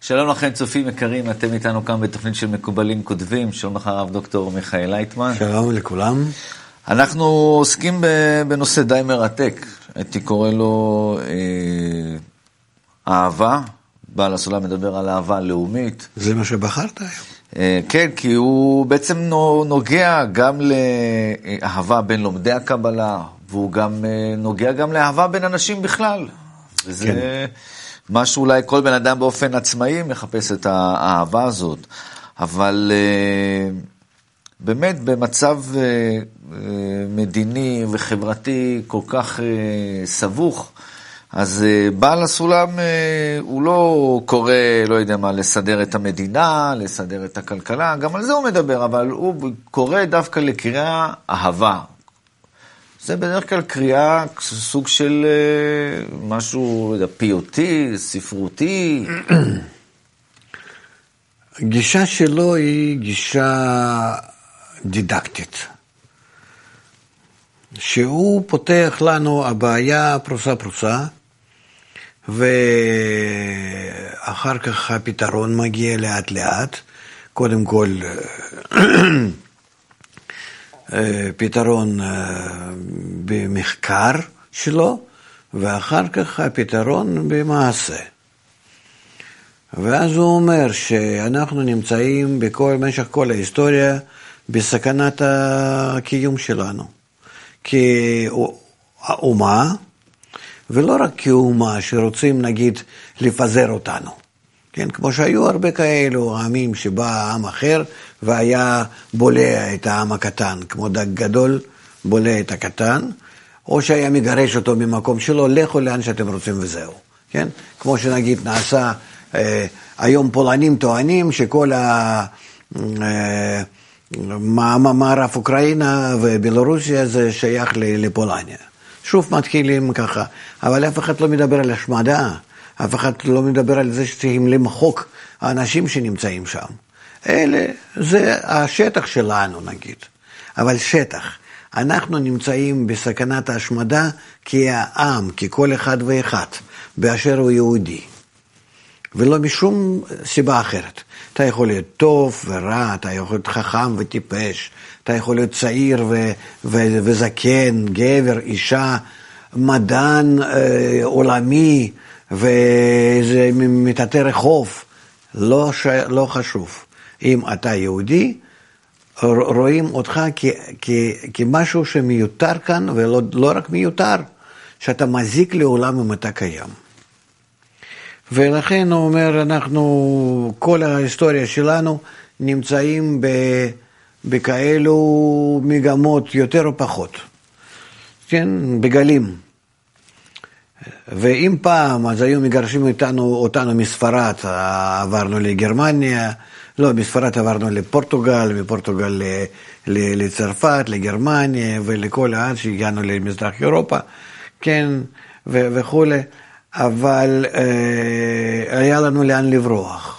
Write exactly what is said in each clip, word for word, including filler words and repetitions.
שלום לכם צופים יקרים, אתם איתנו כאן בתוכנית של מקובלים כותבים. שלום לך הרב דוקטור מיכאל לייטמן. שלום לכולם. אנחנו עוסקים בנושא די מרתק, הייתי קורא לו אה, אהבה. בעל הסולם מדבר על אהבה לאומית. זה מה שבחרת היום. אה, כן, כי הוא בעצם נוגע גם לאהבה בין לומדי הקבלה, והוא גם נוגע גם לאהבה בין אנשים בכלל. וזה... כן. מה שאולי כל בן אדם באופן עצמאי מחפש את האהבה הזאת, אבל באמת במצב מדיני וחברתי כל כך סבוך, אז בעל הסולם הוא לא קורא, לא יודע מה, לסדר את המדינה, לסדר את הכלכלה, גם על זה הוא מדבר, אבל הוא קורא דווקא לקריאה אהבה. זה בדרך כלל קריאה, סוג של משהו פיוטי, ספרותי. הגישה שלו היא גישה דידקטית. שהוא פותח לנו הבעיה פרוסה פרוסה, ואחר כך הפתרון מגיע לאט לאט. קודם כל... פתרון במחקר שלו, ואחר כך הפתרון במעשה. ואז הוא אומר שאנחנו נמצאים בכל, במשך כל ההיסטוריה בסכנת הקיום שלנו. כאומה, ולא רק כאומה שרוצים נגיד לפזר אותנו. כן, כמו שהיו הרבה כאלו עמים שבא עם אחר והיה בולע את העם הקטן, כמו דג גדול בולע את הקטן, או שהיה מגרש אותו ממקום שלו, לכו לאן שאתם רוצים וזהו. כן? כמו שנגיד נעשה, אה, היום פולנים טוענים שכל המערב אוקראינה ובלרוסיה זה שייך לפולניה. שוב מתחילים ככה, אבל אף אחד לא מדבר על השמדה. אף אחד לא מדבר על זה שצריכים למחוק האנשים שנמצאים שם. אלה, זה השטח שלנו נגיד. אבל שטח. אנחנו נמצאים בסכנת ההשמדה כעם, ככל אחד ואחד, באשר הוא יהודי. ולא משום סיבה אחרת. אתה יכול להיות טוב ורע, אתה יכול להיות חכם וטיפש, אתה יכול להיות צעיר ו- ו- וזקן, גבר, אישה, מדען אה, עולמי, וזה מתתי רחוב, לא, ש... לא חשוב. אם אתה יהודי, רואים אותך כ... כ... כמשהו שמיותר כאן, ולא לא רק מיותר, שאתה מזיק לעולם אם אתה קיים. ולכן הוא אומר, אנחנו, כל ההיסטוריה שלנו נמצאים ב... בכאלו מגמות יותר או פחות. כן, בגלים. ואם פעם, אז היו מגרשים אותנו, אותנו מספרד, עברנו לגרמניה, לא, מספרד עברנו לפורטוגל, מפורטוגל ל, ל, לצרפת, לגרמניה, ולכל עד שהגענו למזרח אירופה, כן, ו, וכו', אבל אה, היה לנו לאן לברוח.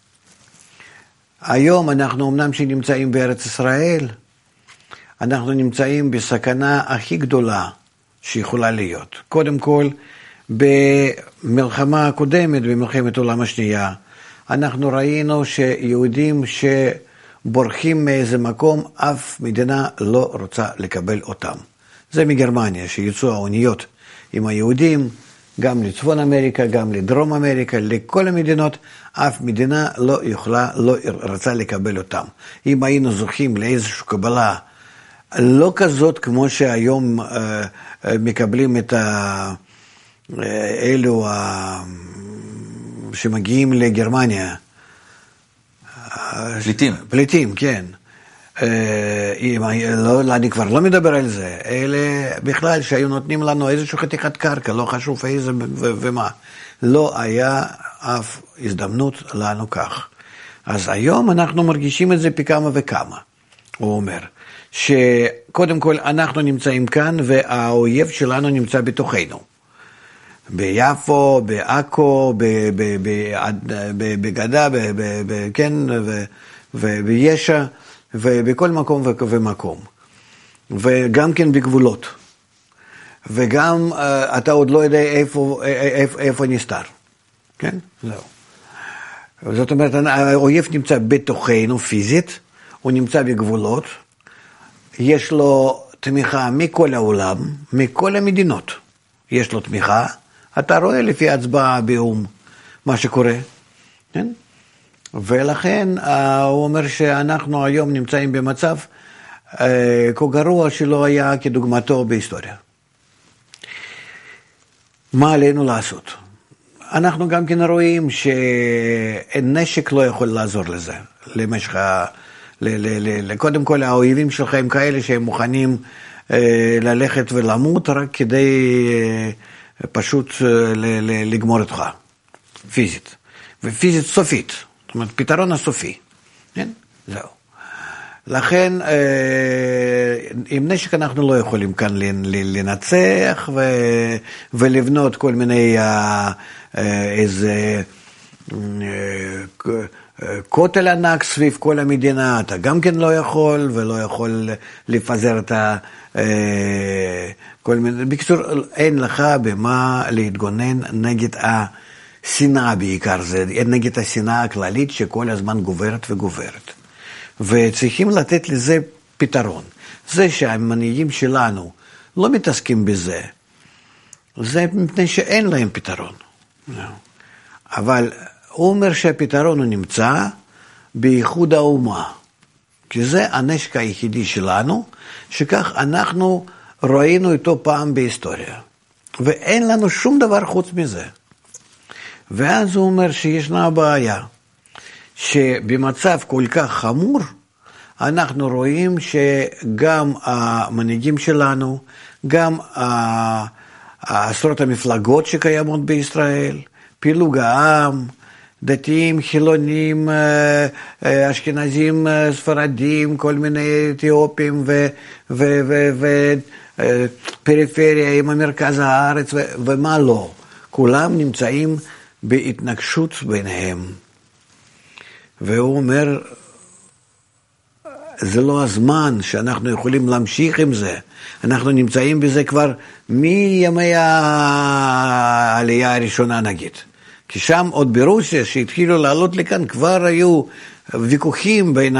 היום אנחנו אמנם שנמצאים בארץ ישראל, אנחנו נמצאים בסכנה הכי גדולה שיכולה להיות. קודם כל, במלחמה הקודמת, במלחמת העולם השנייה, אנחנו ראינו שיהודים שבורחים מאיזה מקום, אף מדינה לא רוצה לקבל אותם. זה מגרמניה, שיצאו האוניות עם היהודים, גם לצפון אמריקה, גם לדרום אמריקה, לכל המדינות, אף מדינה לא יכולה, לא רצה לקבל אותם. אם היינו זוכים לאיזושהי קבלה, לא כזאת כמו שהיום uh, uh, מקבלים את ה... uh, אלו uh, שמגיעים לגרמניה. פליטים. פליטים, כן. Uh, אם, לא, אני כבר לא מדבר על זה. אלה בכלל שהיו נותנים לנו איזושהי חתיכת קרקע, לא חשוב איזה ו- ומה. לא היה אף הזדמנות לנו כך. אז היום אנחנו מרגישים את זה פי כמה וכמה, הוא אומר. שקודם כל אנחנו נמצאים כאן והאויב שלנו נמצא בתוכנו. ביפו, בעכו, בגדה, כן, ובישע, ובכל מקום ומקום. וגם כן בגבולות. וגם אתה עוד לא יודע איפה, איפה, איפה נסתר. כן? זהו. זאת אומרת, האויב נמצא בתוכנו פיזית, הוא נמצא בגבולות, יש לו תמיכה מכל העולם, מכל המדינות, יש לו תמיכה, אתה רואה לפי הצבעה באום מה שקורה, כן? ולכן הוא אומר שאנחנו היום נמצאים במצב כה גרוע שלא היה כדוגמתו בהיסטוריה. מה עלינו לעשות? אנחנו גם כן רואים שנשק לא יכול לעזור לזה, למשך, ל, ל, ל, קודם כל האויבים שלך הם כאלה שהם מוכנים ללכת ולמות רק כדי פשוט לגמור אותך, פיזית, ופיזית סופית, זאת אומרת פתרון הסופי, כן? זהו. לכן עם נשק אנחנו לא יכולים כאן לנצח ולבנות כל מיני איזה כותל ענק סביב כל המדינה, אתה גם כן לא יכול ולא יכול לפזר את ה... כל מיני... בקיצור, אין לך במה להתגונן נגד השנאה בעיקר, זה נגד השנאה הכללית שכל הזמן גוברת וגוברת. וצריכים לתת לזה פתרון. זה שהמנהיגים שלנו לא מתעסקים בזה, זה מפני שאין להם פתרון. אבל הוא אומר שהפתרון הוא נמצא בייחוד האומה. כי זה הנשק היחידי שלנו, שכך אנחנו ראינו אותו פעם בהיסטוריה. ואין לנו שום דבר חוץ מזה. ואז הוא אומר שישנה בעיה. שבמצב כל כך חמור, אנחנו רואים שגם המנהיגים שלנו, גם עשרות המפלגות שקיימות בישראל, פילוג העם, דתיים, חילונים, אשכנזים, ספרדים, כל מיני אתיופים ופריפריה עם המרכז הארץ ומה לא. כולם נמצאים בהתנגשות ביניהם. והוא אומר, זה לא הזמן שאנחנו יכולים להמשיך עם זה. אנחנו נמצאים בזה כבר מימי העלייה הראשונה נגיד. כי שם עוד ברוסיה שהתחילו לעלות לכאן כבר היו ויכוחים בין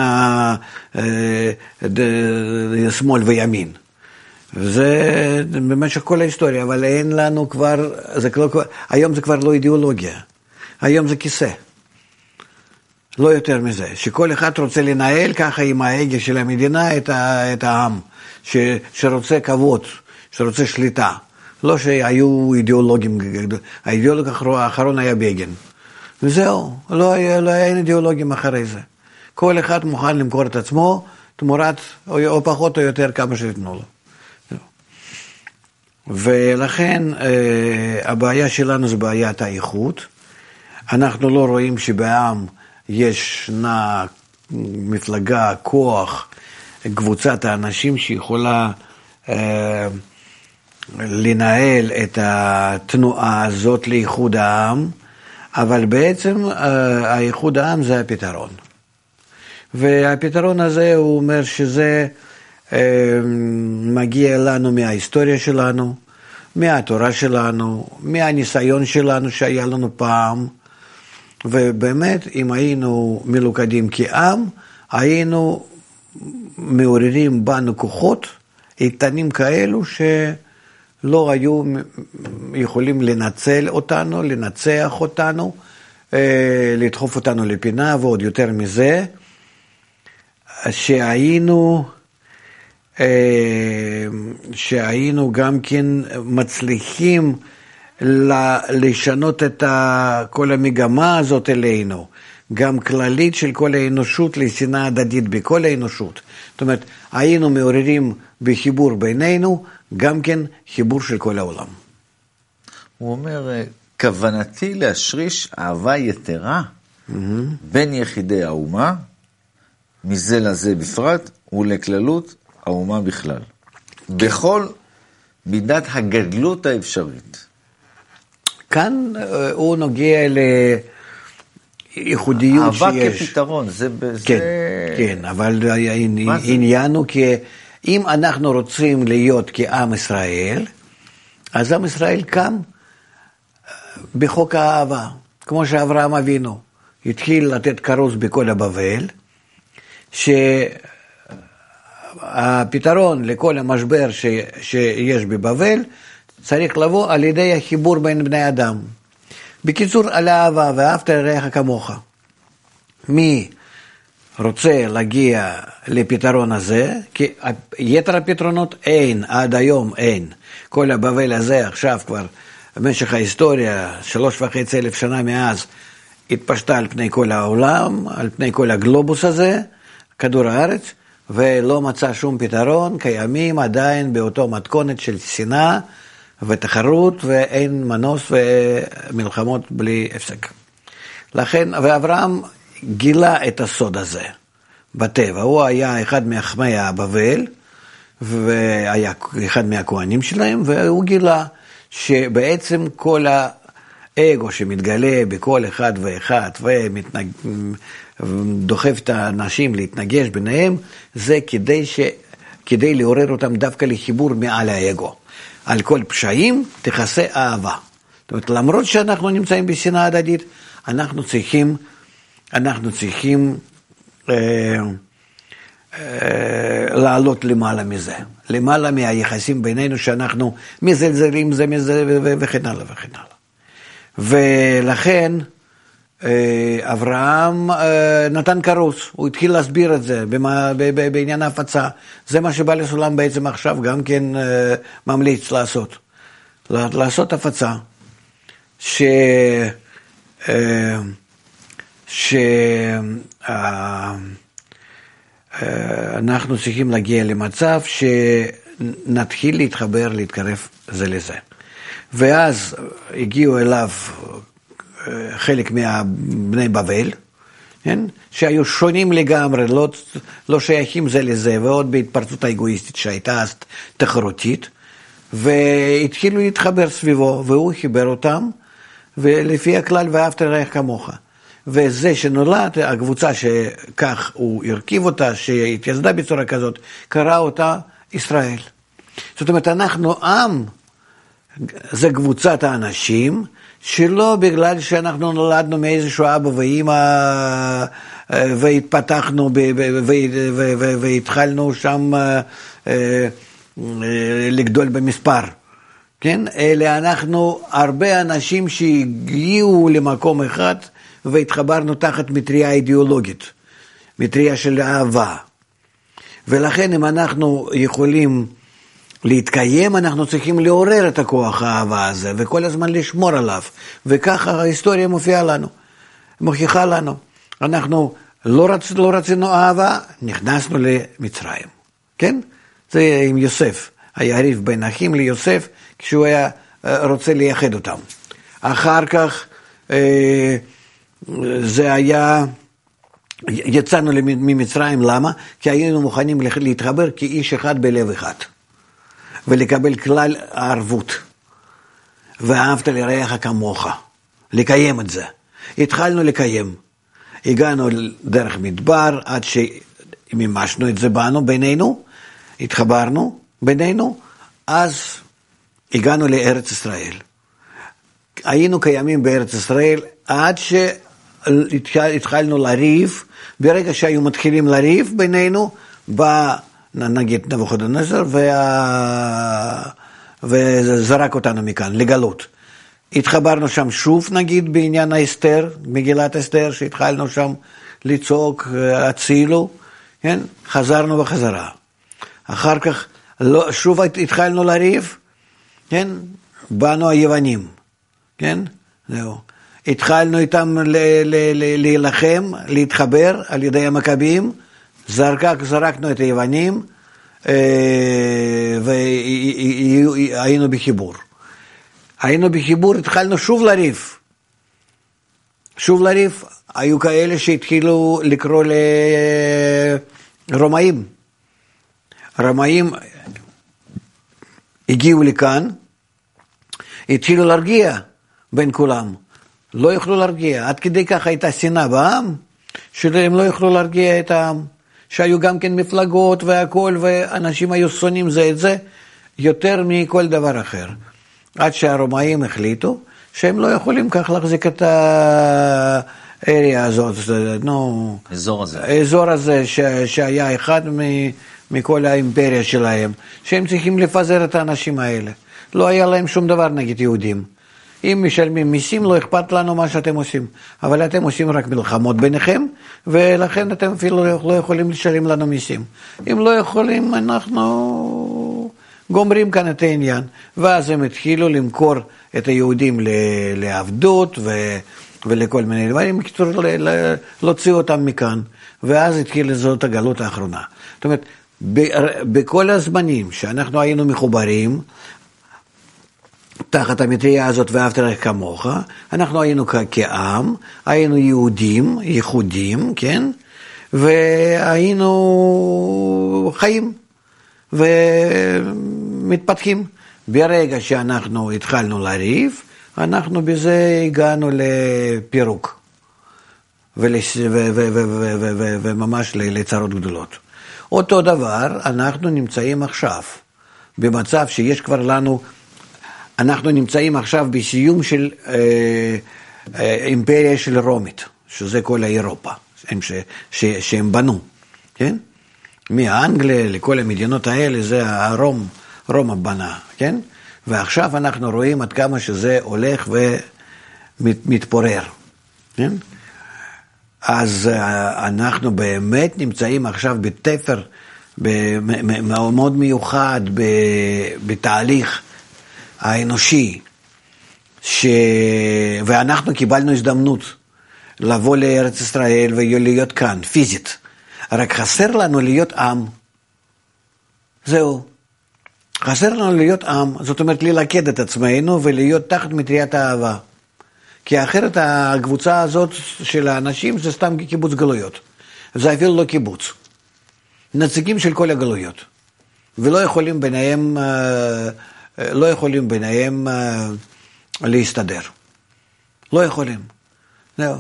השמאל וימין. וזה במשך כל ההיסטוריה, אבל אין לנו כבר, זה לא, היום זה כבר לא אידיאולוגיה. היום זה כיסא. לא יותר מזה, שכל אחד רוצה לנהל ככה עם ההגה של המדינה את, ה, את העם, ש, שרוצה כבוד, שרוצה שליטה. לא שהיו אידיאולוגים, האידיאולוג האחרון היה בגין. וזהו, לא היה, לא היה אידיאולוגים אחרי זה. כל אחד מוכן למכור את עצמו, תמורת או, או פחות או יותר כמה שיתנו לו. ולכן הבעיה שלנו זה בעיית האיכות. אנחנו לא רואים שבעם ישנה מפלגה, כוח, קבוצת האנשים שיכולה אה, לנהל את התנועה הזאת לאיחוד העם, אבל בעצם אה, האיחוד העם זה הפתרון. והפתרון הזה הוא אומר שזה אה, מגיע לנו מההיסטוריה שלנו, מהתורה שלנו, מהניסיון שלנו שהיה לנו פעם, ובאמת, אם היינו מלוכדים כעם, היינו מעוררים בנו כוחות, איתנים כאלו שלא היו יכולים לנצל אותנו, לנצח אותנו, לדחוף אותנו לפינה, ועוד יותר מזה, שהיינו, שהיינו גם כן מצליחים לשנות את כל המגמה הזאת אלינו, גם כללית של כל האנושות לשנאה הדדית בכל האנושות. זאת אומרת, היינו מעוררים בחיבור בינינו, גם כן חיבור של כל העולם. הוא אומר, כוונתי להשריש אהבה יתרה mm-hmm. בין יחידי האומה, מזה לזה בפרט, ולכללות האומה בכלל. כן. בכל מידת הגדלות האפשרית. כאן הוא נוגע לייחודיות שיש. אהבה כפתרון, זה... כן, כן, אבל העניין הוא כי אם אנחנו רוצים להיות כעם ישראל, אז עם ישראל קם בחוק האהבה, כמו שאברהם אבינו, התחיל לתת כרוז בכל הבבל, שהפתרון לכל המשבר ש, שיש בבבל, צריך לבוא על ידי החיבור בין בני אדם. בקיצור, על האהבה, ואהבת לרעך כמוך. מי רוצה להגיע לפתרון הזה, כי יתר הפתרונות אין, עד היום אין. כל הבבל הזה עכשיו כבר, במשך ההיסטוריה, שלוש וחצי אלף שנה מאז, התפשטה על פני כל העולם, על פני כל הגלובוס הזה, כדור הארץ, ולא מצא שום פתרון, קיימים עדיין באותו מתכונת של שנאה ותחרות, ואין מנוס ומלחמות בלי הפסק. לכן, ואברהם גילה את הסוד הזה בטבע. הוא היה אחד מחכמי הבבל, והיה אחד מהכהנים שלהם, והוא גילה שבעצם כל האגו שמתגלה בכל אחד ואחד, ודוחף את האנשים להתנגש ביניהם, זה כדי, ש... כדי לעורר אותם דווקא לחיבור מעל האגו. על כל פשעים תכסה אהבה. זאת אומרת, למרות שאנחנו נמצאים בשנאה הדדית, אנחנו צריכים, אנחנו צריכים אה, אה, לעלות למעלה מזה, למעלה מהיחסים בינינו שאנחנו מזלזלים זה מזה וכן הלאה וכן הלאה. ולכן אה, אברהם אה, נתן כרוז, הוא התחיל להסביר את זה במה, ב, ב, בעניין ההפצה. זה מה שבא לסולם בעצם עכשיו גם כן אה, ממליץ לעשות, לעשות הפצה. ש... אה, שאנחנו צריכים להגיע למצב שנתחיל להתחבר, להתקרב זה לזה. ואז הגיעו אליו חלק מהבני בבל, כן? שהיו שונים לגמרי, לא, לא שייכים זה לזה, ועוד בהתפרצות האגואיסטית שהייתה אז תחרותית, והתחילו להתחבר סביבו, והוא חיבר אותם, ולפי הכלל ואהבת לרעך כמוך. וזה שנולד, הקבוצה שכך הוא הרכיב אותה, שהתייסדה בצורה כזאת, קרא אותה ישראל. זאת אומרת, אנחנו עם, זה קבוצת האנשים, שלא בגלל שאנחנו נולדנו מאיזשהו אבא ואמא, והתפתחנו והתחלנו שם לגדול במספר. כן? אלה אנחנו הרבה אנשים שהגיעו למקום אחד, והתחברנו תחת מטריה אידיאולוגית, מטריה של אהבה. ולכן אם אנחנו יכולים להתקיים, אנחנו צריכים לעורר את הכוח האהבה הזה, וכל הזמן לשמור עליו. וככה ההיסטוריה מופיעה לנו, מוכיחה לנו. אנחנו לא, רצ, לא רצינו אהבה, נכנסנו למצרים. כן? זה עם יוסף, היריב בין אחים ליוסף, כשהוא היה רוצה לייחד אותם. אחר כך, אה, זה היה, יצאנו ממצרים, למה? כי היינו מוכנים להתחבר כאיש אחד בלב אחד, ולקבל כלל הערבות, ואהבת לרעך כמוך, לקיים את זה. התחלנו לקיים, הגענו דרך מדבר, עד שמימשנו את זה בנו, בינינו, התחברנו בינינו, אז הגענו לארץ ישראל. היינו קיימים בארץ ישראל, עד ש... התחלנו לריב, ברגע שהיו מתחילים לריב בינינו, בא נגיד נבוכדנצר וה... וזרק אותנו מכאן, לגלות. התחברנו שם שוב נגיד בעניין האסתר, מגילת אסתר, שהתחלנו שם לצעוק, הצילו, כן? חזרנו בחזרה. אחר כך לא, שוב התחלנו לריב, כן? באנו היוונים, כן? זהו. התחלנו איתם להילחם, להתחבר על ידי המכבים, זרקנו את היוונים, והיינו בחיבור. היינו בחיבור, התחלנו שוב לריב. שוב לריב, היו כאלה שהתחילו לקרוא לרומאים. רומאים הגיעו לכאן, התחילו להרגיע בין כולם. לא יכלו להרגיע, עד כדי כך הייתה שנאה בעם, שהם לא יכלו להרגיע את העם, שהיו גם כן מפלגות והכל, ואנשים היו שונאים זה את זה, יותר מכל דבר אחר. עד שהרומאים החליטו שהם לא יכולים כך להחזיק את האריה הזאת, נו, אזור הזה. האזור הזה ש, שהיה אחד מ, מכל האימפריה שלהם, שהם צריכים לפזר את האנשים האלה. לא היה להם שום דבר נגד יהודים. אם משלמים מיסים, לא אכפת לנו מה שאתם עושים. אבל אתם עושים רק מלחמות ביניכם, ולכן אתם אפילו לא יכולים לשלם לנו מיסים. אם לא יכולים, אנחנו גומרים כאן את העניין. ואז הם התחילו למכור את היהודים לעבדות ו... ולכל מיני דברים, בקיצור, להוציא אותם מכאן. ואז התחילה זאת הגלות האחרונה. זאת אומרת, בכל הזמנים שאנחנו היינו מחוברים, תחת המטריה הזאת ואהבת לרעך כמוך, אנחנו היינו כעם, היינו יהודים, ייחודים, כן? והיינו חיים ומתפתחים. ברגע שאנחנו התחלנו לריב, אנחנו בזה הגענו לפירוק וממש לצרות גדולות. אותו דבר אנחנו נמצאים עכשיו, במצב שיש כבר לנו, אנחנו נמצאים עכשיו בסיום של אה, אה, אימפריה של רומית, שזה כל אירופה, הם ש, ש, שהם בנו, כן? מאנגליה לכל המדינות האלה, זה הרום, רומא בנה, כן? ועכשיו אנחנו רואים עד כמה שזה הולך ומתפורר, כן? אז אה, אנחנו באמת נמצאים עכשיו בתפר, מאוד מיוחד, בתהליך, האנושי, ש... ואנחנו קיבלנו הזדמנות לבוא לארץ ישראל ולהיות כאן, פיזית. רק חסר לנו להיות עם. זהו. חסר לנו להיות עם, זאת אומרת ללכד את עצמנו ולהיות תחת מטריית האהבה. כי אחרת הקבוצה הזאת של האנשים זה סתם קיבוץ גלויות. זה אפילו לא קיבוץ. נציגים של כל הגלויות. ולא יכולים ביניהם... לא יכולים ביניהם uh, להסתדר. לא יכולים. זהו.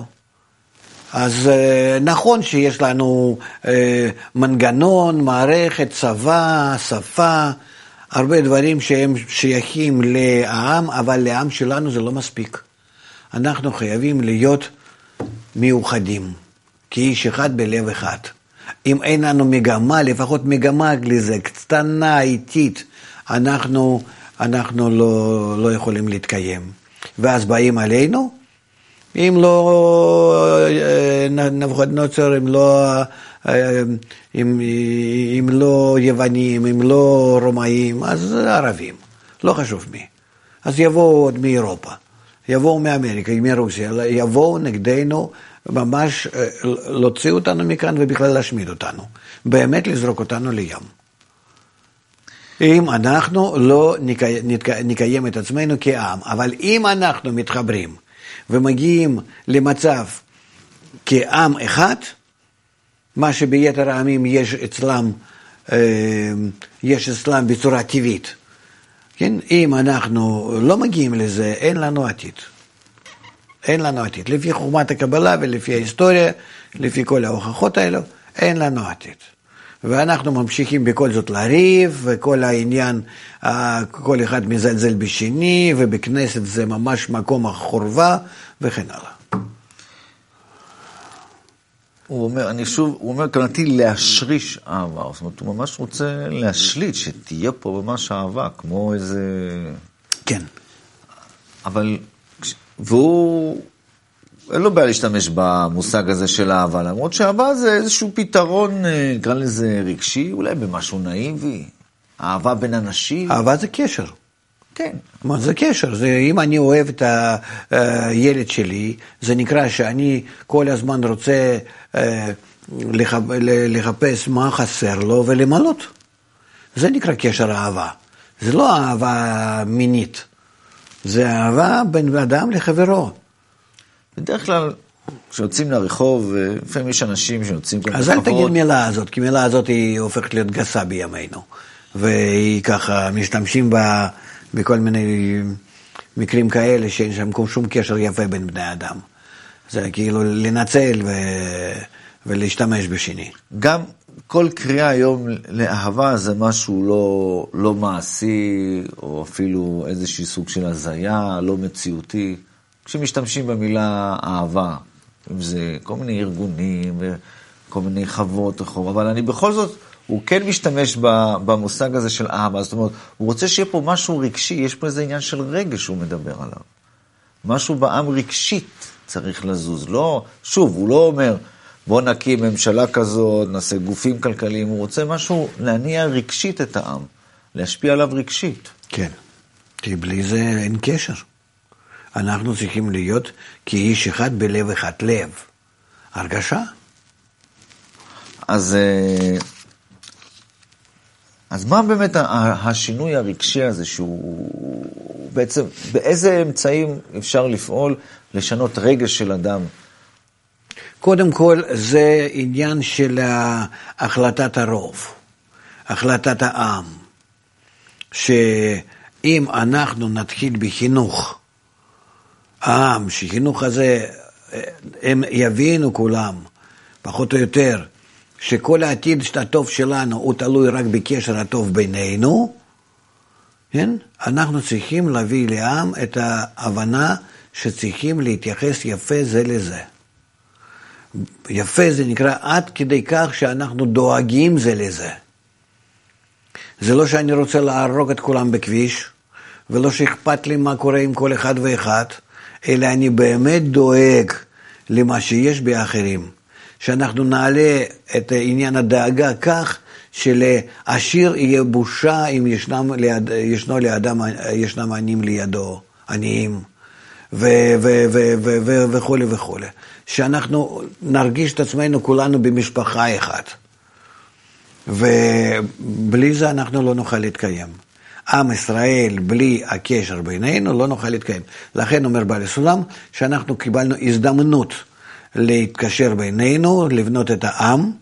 אז uh, נכון שיש לנו uh, מנגנון, מערכת, צבא, שפה, הרבה דברים שהם שייכים לעם, אבל לעם שלנו זה לא מספיק. אנחנו חייבים להיות מיוחדים, כאיש אחד בלב אחד. אם אין לנו מגמה, לפחות מגמה לזה, קטנה, איטית, אנחנו... אנחנו לא, לא יכולים להתקיים. ואז באים עלינו, אם לא נבוכדנצר, אם לא, אם, אם לא יוונים, אם לא רומאים, אז ערבים, לא חשוב מי. אז יבואו עוד מאירופה, יבואו מאמריקה, מרוסיה, יבואו נגדנו, ממש להוציא אותנו מכאן ובכלל להשמיד אותנו. באמת לזרוק אותנו לים. אם אנחנו לא נקיים את עצמנו כעם, אבל אם אנחנו מתחברים ומגיעים למצב כעם אחד, מה שביתר העמים יש אצלם, יש אצלם בצורה טבעית, כן? אם אנחנו לא מגיעים לזה, אין לנו עתיד. אין לנו עתיד. לפי חוכמת הקבלה ולפי ההיסטוריה, לפי כל ההוכחות האלו, אין לנו עתיד. ואנחנו ממשיכים בכל זאת לריב, וכל העניין, כל אחד מזלזל בשני, ובכנסת זה ממש מקום החורבה, וכן הלאה. הוא אומר, אני שוב, הוא אומר, כוונתי להשריש אהבה, זאת אומרת, הוא ממש רוצה להשליט, שתהיה פה ממש אהבה, כמו איזה... כן. אבל, והוא... אין לו בעיה להשתמש במושג הזה של אהבה, למרות שאהבה זה איזשהו פתרון, נקרא לזה רגשי, אולי במשהו נאיבי, אהבה בין אנשים. אהבה זה קשר. כן. מה זה קשר? זה, אם אני אוהב את הילד שלי, זה נקרא שאני כל הזמן רוצה לחפש מה חסר לו ולמלות. זה נקרא קשר אהבה. זה לא אהבה מינית. זה אהבה בין אדם לחברו. בדרך כלל, כשיוצאים לרחוב, לפעמים יש אנשים שיוצאים... אז אל תגיד מילה הזאת, כי מילה הזאת היא הופכת להיות גסה בימינו. והיא ככה, משתמשים בה בכל מיני מקרים כאלה, שאין שם שום קשר יפה בין בני אדם. זה כאילו לנצל ו... ולהשתמש בשני. גם כל קריאה היום לאהבה זה משהו לא, לא מעשי, או אפילו איזושהי סוג של הזיה, לא מציאותי. כשמשתמשים במילה אהבה, אם זה כל מיני ארגונים וכל מיני חוות רחוב, אבל אני בכל זאת, הוא כן משתמש במושג הזה של אהבה, זאת אומרת, הוא רוצה שיהיה פה משהו רגשי, יש פה איזה עניין של רגש שהוא מדבר עליו. משהו בעם רגשית צריך לזוז. לא, שוב, הוא לא אומר, בוא נקים ממשלה כזאת, נעשה גופים כלכליים, הוא רוצה משהו להניע רגשית את העם, להשפיע עליו רגשית. כן, כי בלי זה אין קשר. אנחנו צריכים להיות כאיש אחד בלב אחד, לב. הרגשה. אז, אז מה באמת השינוי הרגשי הזה, שהוא בעצם, באיזה אמצעים אפשר לפעול לשנות רגש של אדם? קודם כל, זה עניין של החלטת הרוב, החלטת העם, שאם אנחנו נתחיל בחינוך, העם, שחינוך הזה, הם יבינו כולם, פחות או יותר, שכל העתיד הטוב שלנו הוא תלוי רק בקשר הטוב בינינו, כן? אנחנו צריכים להביא לעם את ההבנה שצריכים להתייחס יפה זה לזה. יפה זה נקרא עד כדי כך שאנחנו דואגים זה לזה. זה לא שאני רוצה להרוג את כולם בכביש, ולא שאכפת לי מה קורה עם כל אחד ואחד, אלא אני באמת דואג למה שיש באחרים. שאנחנו נעלה את עניין הדאגה כך שלעשיר יהיה בושה אם ישנם, ליד, ישנו לידם, ישנם עניים לידו, עניים, ו, ו, ו, ו, ו, וכו' וכו'. שאנחנו נרגיש את עצמנו כולנו במשפחה אחת. ובלי זה אנחנו לא נוכל להתקיים. עם ישראל בלי הקשר בינינו לא נוכל להתקיים. לכן אומר בעל הסולם שאנחנו קיבלנו הזדמנות להתקשר בינינו, לבנות את העם,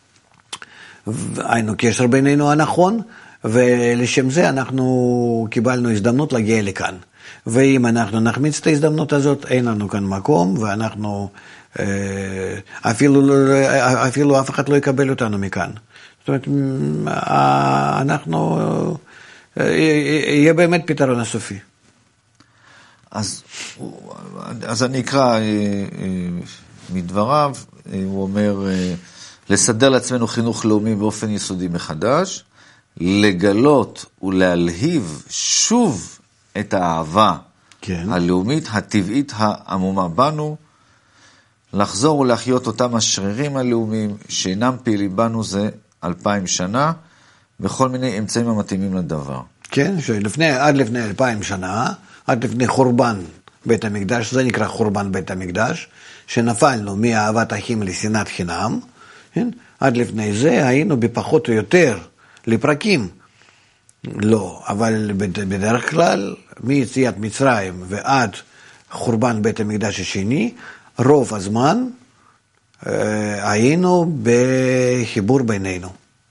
היינו קשר בינינו הנכון, ולשם זה אנחנו קיבלנו הזדמנות להגיע לכאן. ואם אנחנו נחמיץ את ההזדמנות הזאת, אין לנו כאן מקום, ואנחנו אפילו, אפילו אף אחד לא יקבל אותנו מכאן. זאת אומרת, אנחנו, יהיה באמת פתרון הסופי. אז, אז אני אקרא מדבריו, הוא אומר, לסדר לעצמנו חינוך לאומי באופן יסודי מחדש, לגלות ולהלהיב שוב את האהבה כן. הלאומית, הטבעית, העמומה בנו, לחזור ולהחיות אותם השרירים הלאומיים שאינם פעילים בנו זה אלפיים שנה, בכל מיני אמצעים המתאימים לדבר. כן, שלפני, עד לפני אלפיים שנה, עד לפני חורבן בית המקדש, זה נקרא חורבן בית המקדש, שנפלנו מאהבת אחים לשנאת חינם, כן? עד לפני זה היינו בפחות או יותר לפרקים. לא, אבל בדרך כלל, מיציאת מצרים ועד חורבן בית המקדש השני, רוב הזמן אה, היינו בחיבור בינינו.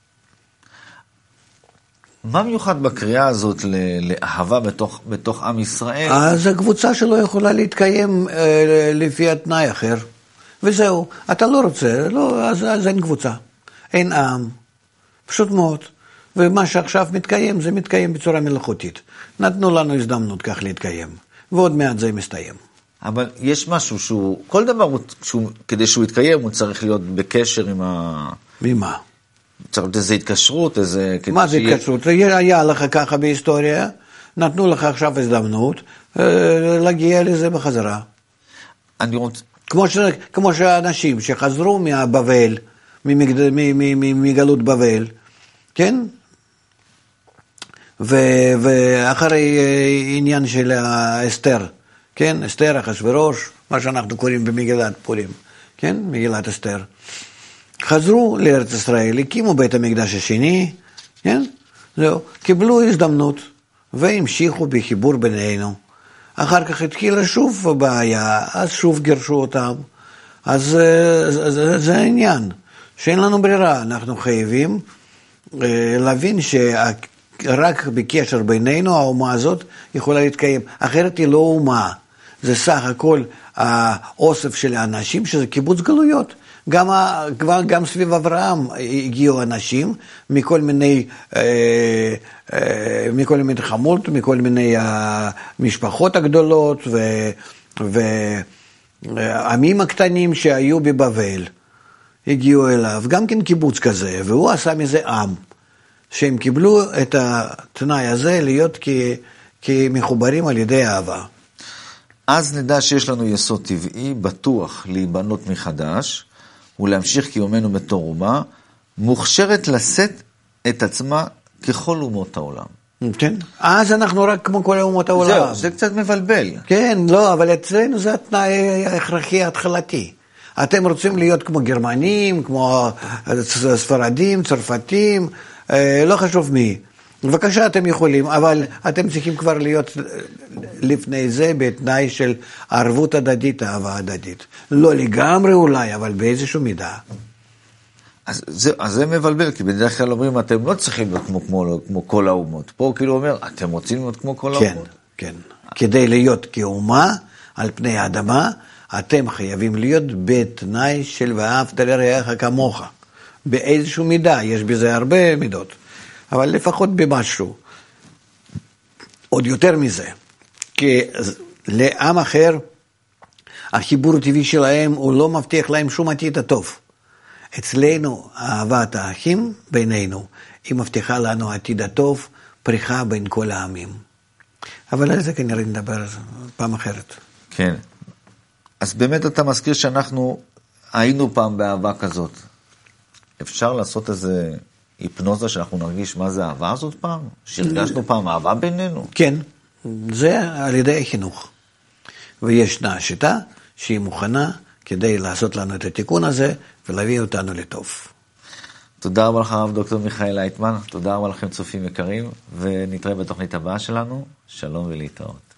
מה מיוחד בקריאה הזאת לאהבה בתוך, בתוך עם ישראל? אז הקבוצה שלא יכולה להתקיים אה, לפי התנאי אחר. וזהו, אתה לא רוצה, לא, אז, אז אין קבוצה, אין עם, פשוט מאוד. ומה שעכשיו מתקיים, זה מתקיים בצורה מלאכותית. נתנו לנו הזדמנות כך להתקיים, ועוד מעט זה מסתיים. אבל יש משהו שהוא, כל דבר, הוא, שהוא, כדי שהוא יתקיים, הוא צריך להיות בקשר עם ה... ממה? צריך להיות איזו התקשרות, איזה... מה זה שיהיה... התקשרות? היה לך ככה בהיסטוריה, נתנו לך עכשיו הזדמנות, להגיע לזה בחזרה. אני רוצה... כמו, ש... כמו שאנשים שחזרו מהבבל, ממגד... מגלות בבל, כן? ו... ואחרי עניין של אסתר, כן? אסתר, אחשוורוש, מה שאנחנו קוראים במגילת פורים, כן? מגילת אסתר. חזרו לארץ ישראל, הקימו בית המקדש השני, כן? זהו, קיבלו הזדמנות, והמשיכו בחיבור בינינו. אחר כך התחילה שוב בעיה, אז שוב גירשו אותם. אז זה, זה, זה העניין, שאין לנו ברירה, אנחנו חייבים להבין שרק בקשר בינינו, האומה הזאת יכולה להתקיים. אחרת היא לא אומה, זה סך הכל האוסף של האנשים, שזה קיבוץ גלויות. גם, כבר, גם סביב אברהם הגיעו אנשים מכל מיני, אה, אה, מכל מיני חמות, מכל מיני המשפחות הגדולות ועמים הקטנים שהיו בבבל, הגיעו אליו, גם כן קיבוץ כזה, והוא עשה מזה עם, שהם קיבלו את התנאי הזה להיות כ, כמחוברים על ידי אהבה. אז נדע שיש לנו יסוד טבעי, בטוח להיבנות מחדש, ולהמשיך קיומנו בתור אומה, מוכשרת לשאת את עצמה ככל אומות העולם. כן, אז אנחנו רק כמו כל אומות העולם. זהו, זה קצת מבלבל. כן, לא, אבל אצלנו זה התנאי ההכרחי ההתחלתי. אתם רוצים להיות כמו גרמנים, כמו ספרדים, צרפתים, לא חשוב מי. בבקשה, אתם יכולים, אבל אתם צריכים כבר להיות לפני זה בתנאי של ערבות הדדית, אהבה הדדית. לא לגמרי אולי, אבל באיזשהו מידה. אז זה, אז זה מבלבל, כי בדרך כלל אומרים, אתם לא צריכים להיות כמו, כמו, כמו כל האומות. פה הוא כאילו אומר, אתם רוצים להיות כמו כל כן, האומות? כן, כן. כדי להיות כאומה על פני האדמה, אתם חייבים להיות בתנאי של ואהבת לרעך כמוך. באיזשהו מידה, יש בזה הרבה מידות. אבל לפחות במשהו. עוד יותר מזה. כי לעם אחר, החיבור הטבעי שלהם, הוא לא מבטיח להם שום עתיד הטוב. אצלנו, אהבת האחים בינינו, היא מבטיחה לנו עתיד הטוב, פריחה בין כל העמים. אבל על זה כנראה נדבר פעם אחרת. כן. אז באמת אתה מזכיר שאנחנו היינו פעם באהבה כזאת. אפשר לעשות איזה היפנוזה שאנחנו נרגיש מה זה האהבה הזאת פעם? שהרגשנו פעם אהבה בינינו? כן, זה על ידי החינוך. וישנה שיטה שהיא מוכנה כדי לעשות לנו את התיקון הזה ולהביא אותנו לטוב. תודה רבה לך הרב דוקטור מיכאל לייטמן, תודה רבה לכם צופים יקרים, ונתראה בתוכנית הבאה שלנו. שלום ולהתראות.